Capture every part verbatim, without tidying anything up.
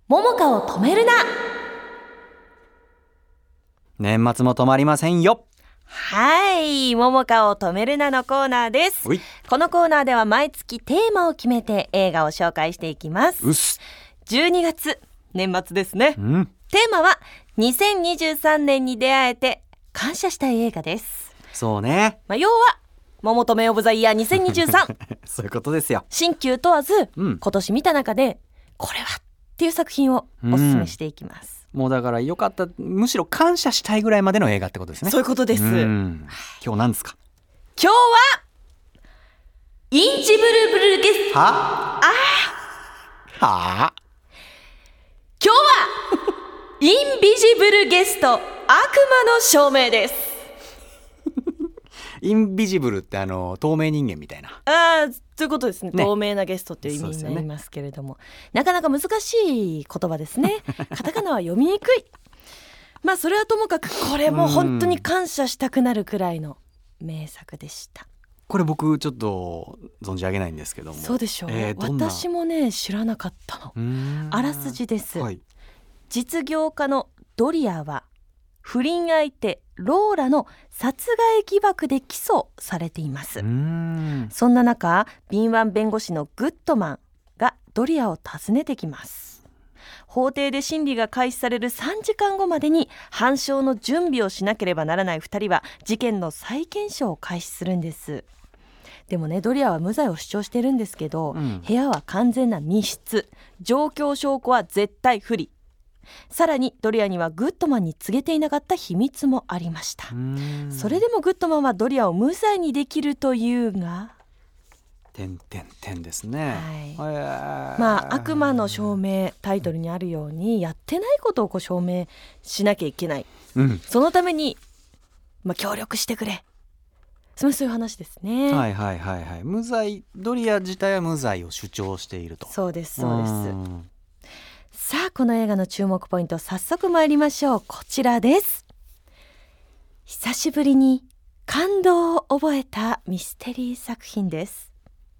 桃花を止めるな。 年末も止まりませんよ。 はい、桃花を止めるなのコーナーです。このコーナーでは毎月テーマを決めて映画を紹介していきます。 うっす。 じゅうにがつ、年末ですね、 うん、 テーマはにせんにじゅうさんねんに出会えて感謝したい映画です。 そうね、 まあ、要は桃止めオブザイヤーにせんにじゅうさんそういうことですよ。 新旧問わず、 うん、 今年見た中でこれはっていう作品をおすすめしていきます。 うん、もうだからよかった、むしろ感謝したいぐらいまでの映画ってことですね。 そういうことです。うん、 今日何ですか？ 今日はインジブルブルゲスト。 はあはあ今日はインビジブルゲスト、悪魔の証明です。 インビジブルってあの透明人間みたいな、 あー、ということですね。 ね、 透明なゲストという意味になりますけれども、ね、なかなか難しい言葉ですね。カタカナは読みにくい。まあそれはともかく、これも本当に感謝したくなるくらいの名作でした。 これ僕ちょっと存じ上げないんですけども。 そうでしょう、 えー、どんな。 私もね知らなかったの。あらすじです、はい、実業家のドリアは不倫相手ローラの殺害疑惑で起訴されています。うーん、そんな中、敏腕弁護士のグッドマンがドリアを訪ねてきます。法廷で審理が開始されるさんじかんごまでに判証の準備をしなければならないふたりは事件の再検証を開始するんです。でもね、ドリアは無罪を主張しているんですけど、うん、部屋は完全な密室、状況証拠は絶対不利。さらにドリアにはグッドマンに告げていなかった秘密もありました。それでもグッドマンはドリアを無罪にできるというが、 てんてんてんですね、 はい、えー、まあ悪魔の証明、タイトルにあるようにやってないことをこう証明しなきゃいけない、うん、そのために、まあ、協力してくれ、そういう話ですね。 はいはいはいはい。無罪、ドリア自体は無罪を主張していると。 そうですそうです。さあこの映画の注目ポイント、早速参りましょう。こちらです。久しぶりに感動を覚えたミステリー作品です。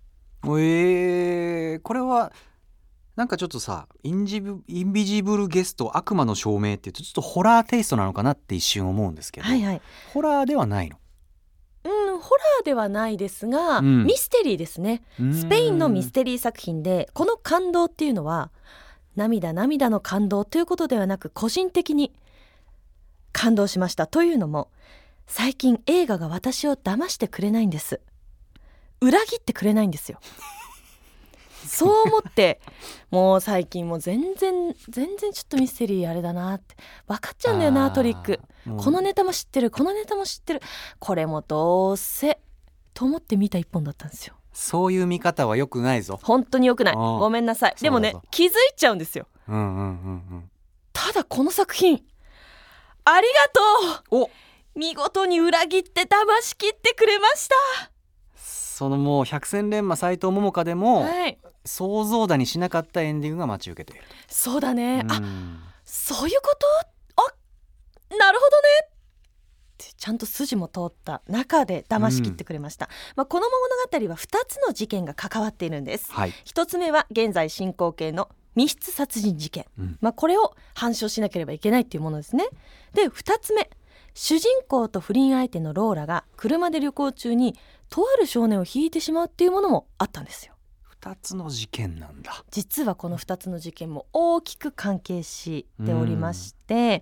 えー、これはなんかちょっとさ、インジブ、インビジブルゲスト、悪魔の証明ってちょっとホラーテイストなのかなって一瞬思うんですけど、 はいはい、 ホラーではないの？ うん、ホラーではないですが、うん、ミステリーですね。スペインのミステリー作品で、この感動っていうのは涙涙の感動ということではなく、個人的に感動しました。というのも、最近映画が私を騙してくれないんです。裏切ってくれないんですよ。そう思ってもう最近もう全然全然ちょっとミステリーあれだなって分かっちゃうんだよな。トリック、このネタも知ってる、このネタも知ってる、これもどうせと思って見た一本だったんですよ。 そういう見方は良くないぞ。 本当に良くない、ごめんなさい。でもね、気づいちゃうんですよ、うんうんうんうん、ただこの作品ありがとう、お見事に裏切って騙し切ってくれました。 そのもう百戦錬磨斉藤桃花でも、はい、想像だにしなかったエンディングが待ち受けている。 そうだね、あ、そういうこと、あ、なるほどねってちゃんと筋も通った中で騙し切ってくれました、うん、まあ、この物語はふたつの事件が関わっているんです、はい、ひとつめは現在進行形の密室殺人事件、うん、まあ、これを反証しなければいけないっていうものですね。でふたつめ、主人公と不倫相手のローラが車で旅行中にとある少年を引いてしまうっていうものもあったんですよ。 ふたつの事件なんだ。 実はこのふたつの事件も大きく関係しておりまして、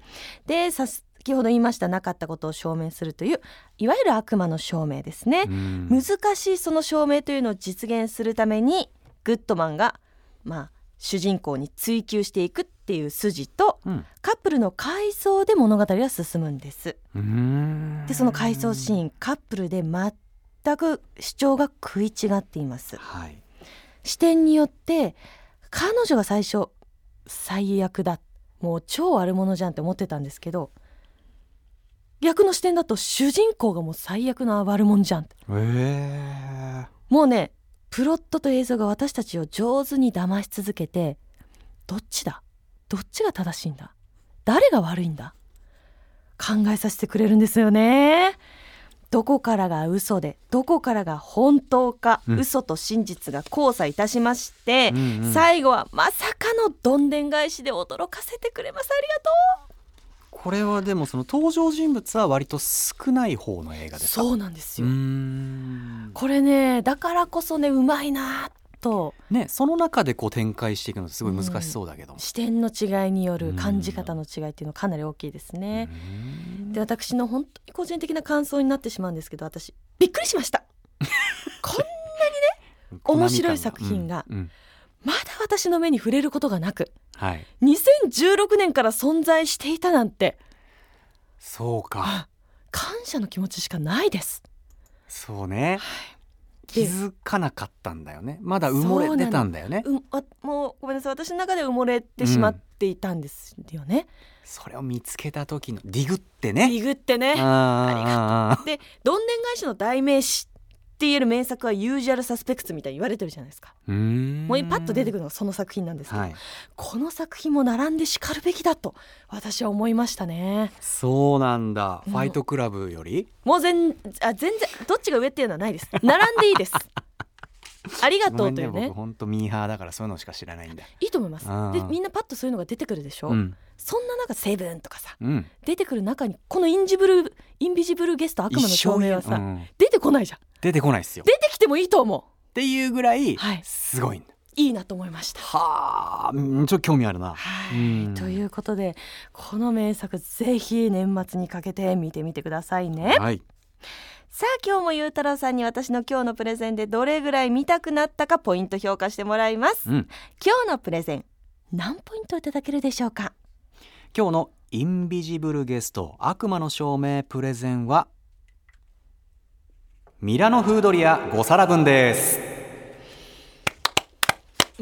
で先ほど言いましたなかったことを証明するといういわゆる悪魔の証明ですね。難しいその証明というのを実現するためにグッドマンが、まあ、主人公に追求していくっていう筋と、うん、カップルの回想で物語は進むんです。うーん、でその回想シーン、カップルで全く主張が食い違っています、はい、視点によって彼女が最初最悪だ、もう超悪者じゃんって思ってたんですけど、逆の視点だと主人公がもう最悪な悪者じゃんって、えー、もうね、プロットと映像が私たちを上手に騙し続けて、どっちだ、どっちが正しいんだ、誰が悪いんだ考えさせてくれるんですよね。 どこからが嘘でどこからが本当か、うん、嘘と真実が交差いたしまして、うんうん、最後はまさかのどんでん返しで驚かせてくれます。ありがとう。 これはでもその登場人物は割と少ない方の映画ですか？ そうなんですよ。うーん、これねだからこそねうまいなと、 ね、その中でこう展開していくのってすごい難しそうだけど、うん、 視点の違いによる感じ方の違いっていうのはかなり大きいですね。で私の本当に個人的な感想になってしまうんですけど、私びっくりしましたこんなにね面白い作品が、うんうん、まだ私の目に触れることがなく、はい、にせんじゅうろくねんから存在していたなんて。 そうか、 感謝の気持ちしかないです。 そうね、はい、気づかなかったんだよね。まだ埋もれてたんだよね。 うあもうごめんなさい、私の中で埋もれてしまっていたんですよね、うん、 それを見つけた時のディグってねディグってねありがとう。でどんでん返しの代名詞って言える名作はユージュアルサスペクツみたいに言われてるじゃないですか。うーんもうパッと出てくるのがその作品なんですけど、はい、この作品も並んでしかるべきだと私は思いましたね。 そうなんだ、ファイトクラブよりもう全あ全然どっちが上っていうのはないです。並んでいいですありがとうというね。 僕本当ミーハーだからそういうのしか知らないんだ。 いいと思います。でみんなパッとそういうのが出てくるでしょ、うん、そんな中セブンとかさ、うん、出てくる中にこのインジブルインビジブルゲスト悪魔の証明はさ、うん、出てこないじゃん。 出てこないっすよ。 出てきてもいいと思うっていうぐらいすごいんだ、はい、 いいなと思いました。 はあ、ちょっと興味あるな。 はい、ということでこの名作ぜひ年末にかけて見てみてくださいね。はい、さあ今日もゆうたろうさんに私の今日のプレゼンでどれぐらい見たくなったかポイント評価してもらいます、うん、今日のプレゼン何ポイントいただけるでしょうか。 今日のインビジブルゲスト悪魔の証明プレゼンはミラノフードリアご皿分です。 うん、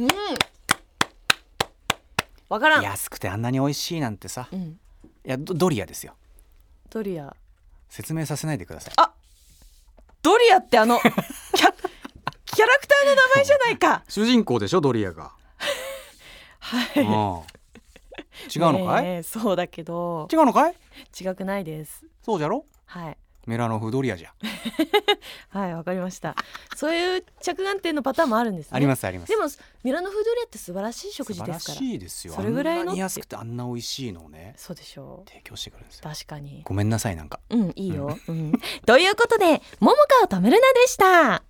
わからん。 安くてあんなに美味しいなんてさ、うん、いや ド, ドリアですよ。 ドリア説明させないでください。 あ、ドリアってあのキャ, キャラクターの名前じゃないか。 主人公でしょドリアがはい、うん、 違うのかい、 ね、そうだけど違うのかい。 違くないです。 そうじゃろ。 はい、 メラノフドリアじゃはい、わかりました。そういう着眼点のパターンもあるんですね。 ありますあります。 でもミラノフドリアって素晴らしい食事ですから。 素晴らしいですよ。 それぐらいのあんなに安くてあんな美味しいのをね、 そうでしょう、 提供してくるんですよ。 確かに。 ごめんなさいなんか。 うん、いいよ、うん、ということで桃川とムルナでした。